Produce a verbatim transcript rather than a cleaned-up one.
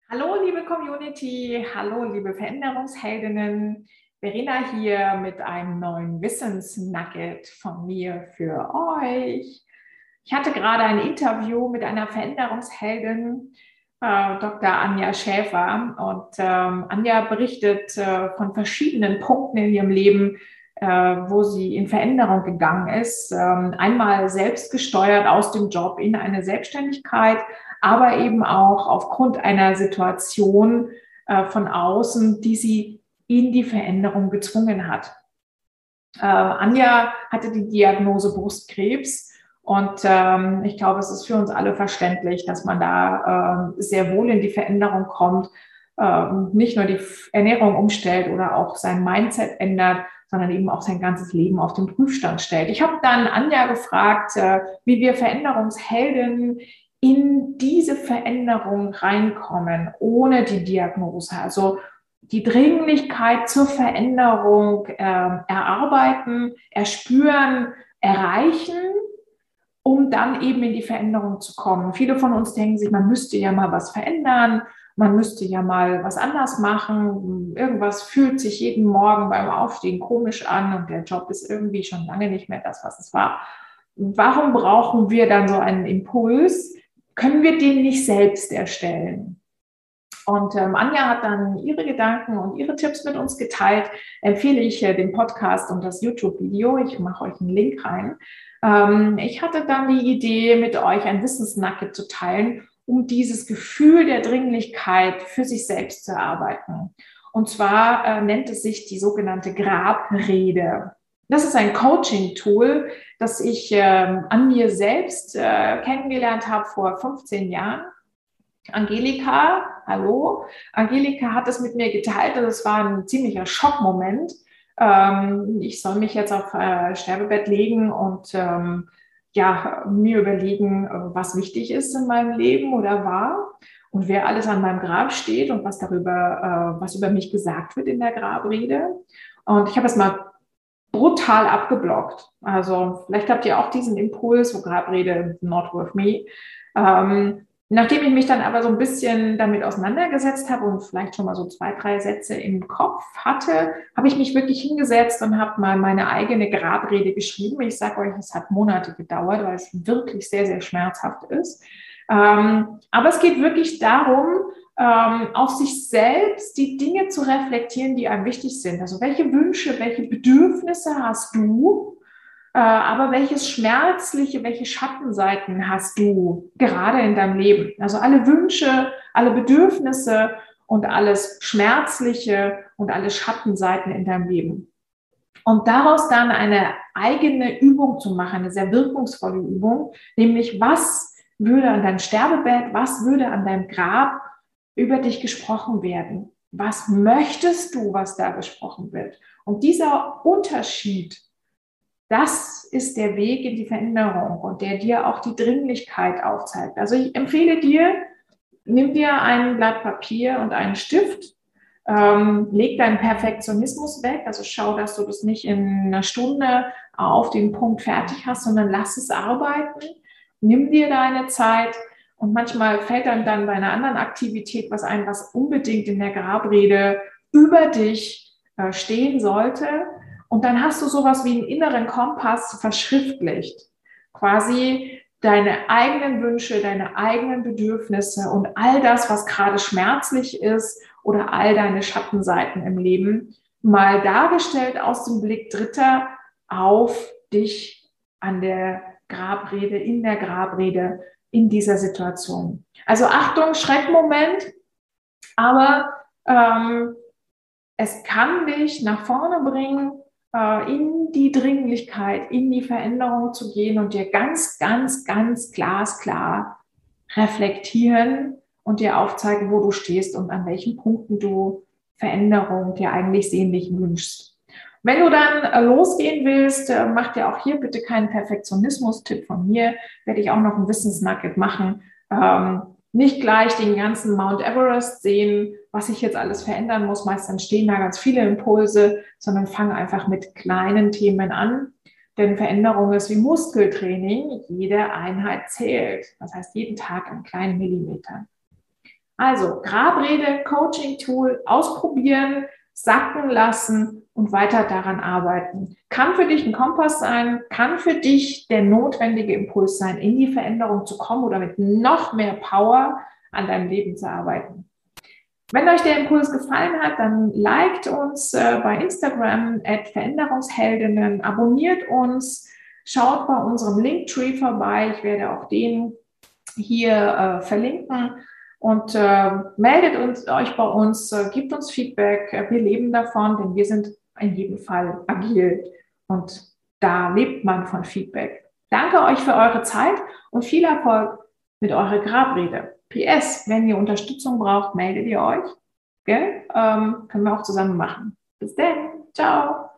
Hallo, liebe Community, hallo, liebe Veränderungsheldinnen. Verena hier mit einem neuen Wissensnugget von mir für euch. Ich hatte gerade ein Interview mit einer Veränderungsheldin, äh, Doktor Anja Schäfer. Und ähm, Anja berichtet äh, von verschiedenen Punkten in ihrem Leben, äh, wo sie in Veränderung gegangen ist. Ähm, einmal selbstgesteuert aus dem Job in eine Selbstständigkeit, aber eben auch aufgrund einer Situation äh, von außen, die sie in die Veränderung gezwungen hat. Äh, Anja hatte die Diagnose Brustkrebs und ähm, ich glaube, es ist für uns alle verständlich, dass man da äh, sehr wohl in die Veränderung kommt, äh, nicht nur die Ernährung umstellt oder auch sein Mindset ändert, sondern eben auch sein ganzes Leben auf den Prüfstand stellt. Ich habe dann Anja gefragt, äh, wie wir Veränderungsheldinnen in diese Veränderung reinkommen, ohne die Diagnose. Also die Dringlichkeit zur Veränderung äh, erarbeiten, erspüren, erreichen, um dann eben in die Veränderung zu kommen. Viele von uns denken sich, man müsste ja mal was verändern, man müsste ja mal was anders machen. Irgendwas fühlt sich jeden Morgen beim Aufstehen komisch an und der Job ist irgendwie schon lange nicht mehr das, was es war. Warum brauchen wir dann so einen Impuls? Können wir den nicht selbst erstellen? Und ähm, Anja hat dann ihre Gedanken und ihre Tipps mit uns geteilt. Empfehle ich äh, den Podcast und das YouTube-Video. Ich mache euch einen Link rein. Ähm, ich hatte dann die Idee, mit euch ein Wissensnugget zu teilen, um dieses Gefühl der Dringlichkeit für sich selbst zu erarbeiten. Und zwar äh, nennt es sich die sogenannte Grabrede. Das ist ein Coaching-Tool, das ich äh, an mir selbst äh, kennengelernt habe vor fünfzehn Jahren. Angelika, hallo. Angelika hat es mit mir geteilt und es war ein ziemlicher Schockmoment. Ähm, ich soll mich jetzt auf äh, Sterbebett legen und ähm, ja, mir überlegen, was wichtig ist in meinem Leben oder war und wer alles an meinem Grab steht und was darüber, äh, was über mich gesagt wird in der Grabrede. Und ich habe es mal brutal abgeblockt. Also vielleicht habt ihr auch diesen Impuls, so Grabrede, not worth me. Ähm, Nachdem ich mich dann aber so ein bisschen damit auseinandergesetzt habe und vielleicht schon mal so zwei, drei Sätze im Kopf hatte, habe ich mich wirklich hingesetzt und habe mal meine eigene Grabrede geschrieben. Ich sage euch, es hat Monate gedauert, weil es wirklich sehr, sehr schmerzhaft ist. Ähm, aber es geht wirklich darum, ähm, auf sich selbst die Dinge zu reflektieren, die einem wichtig sind. Also welche Wünsche, welche Bedürfnisse hast du? Aber welches schmerzliche, welche Schattenseiten hast du gerade in deinem Leben? Also alle Wünsche, alle Bedürfnisse und alles Schmerzliche und alle Schattenseiten in deinem Leben. Und daraus dann eine eigene Übung zu machen, eine sehr wirkungsvolle Übung, nämlich was würde an deinem Sterbebett, was würde an deinem Grab über dich gesprochen werden? Was möchtest du, was da gesprochen wird? Und dieser Unterschied, das ist der Weg in die Veränderung und der dir auch die Dringlichkeit aufzeigt. Also ich empfehle dir, nimm dir ein Blatt Papier und einen Stift, ähm, leg deinen Perfektionismus weg, also schau, dass du das nicht in einer Stunde auf den Punkt fertig hast, sondern lass es arbeiten, nimm dir deine Zeit und manchmal fällt dann, dann bei einer anderen Aktivität was ein, was unbedingt in der Grabrede über dich äh, stehen sollte. Und dann hast du sowas wie einen inneren Kompass verschriftlicht. Quasi deine eigenen Wünsche, deine eigenen Bedürfnisse und all das, was gerade schmerzlich ist oder all deine Schattenseiten im Leben, mal dargestellt aus dem Blick Dritter auf dich an der Grabrede, in der Grabrede, in dieser Situation. Also Achtung, Schreckmoment, aber ähm, es kann dich nach vorne bringen, in die Dringlichkeit, in die Veränderung zu gehen und dir ganz, ganz, ganz glasklar reflektieren und dir aufzeigen, wo du stehst und an welchen Punkten du Veränderung dir eigentlich sehnlich wünschst. Wenn du dann losgehen willst, mach dir auch hier bitte keinen Perfektionismus-Tipp von mir, werde ich auch noch ein Wissensnugget machen. Ähm, nicht gleich den ganzen Mount Everest sehen, was ich jetzt alles verändern muss. Meist entstehen da ganz viele Impulse, sondern fang einfach mit kleinen Themen an. Denn Veränderung ist wie Muskeltraining. Jede Einheit zählt. Das heißt, jeden Tag einen kleinen Millimeter. Also Grabrede, Coaching-Tool, ausprobieren, sacken lassen und weiter daran arbeiten. Kann für dich ein Kompass sein, kann für dich der notwendige Impuls sein, in die Veränderung zu kommen oder mit noch mehr Power an deinem Leben zu arbeiten. Wenn euch der Impuls gefallen hat, dann liked uns äh, bei Instagram at Veränderungsheldinnen, abonniert uns, schaut bei unserem Linktree vorbei. Ich werde auch den hier äh, verlinken und äh, meldet uns, euch bei uns, äh, gebt uns Feedback. Wir leben davon, denn wir sind in jedem Fall agil und da lebt man von Feedback. Danke euch für eure Zeit und viel Erfolg mit eurer Grabrede. P S, wenn ihr Unterstützung braucht, meldet ihr euch. Gell? Ähm, können wir auch zusammen machen. Bis dann. Ciao.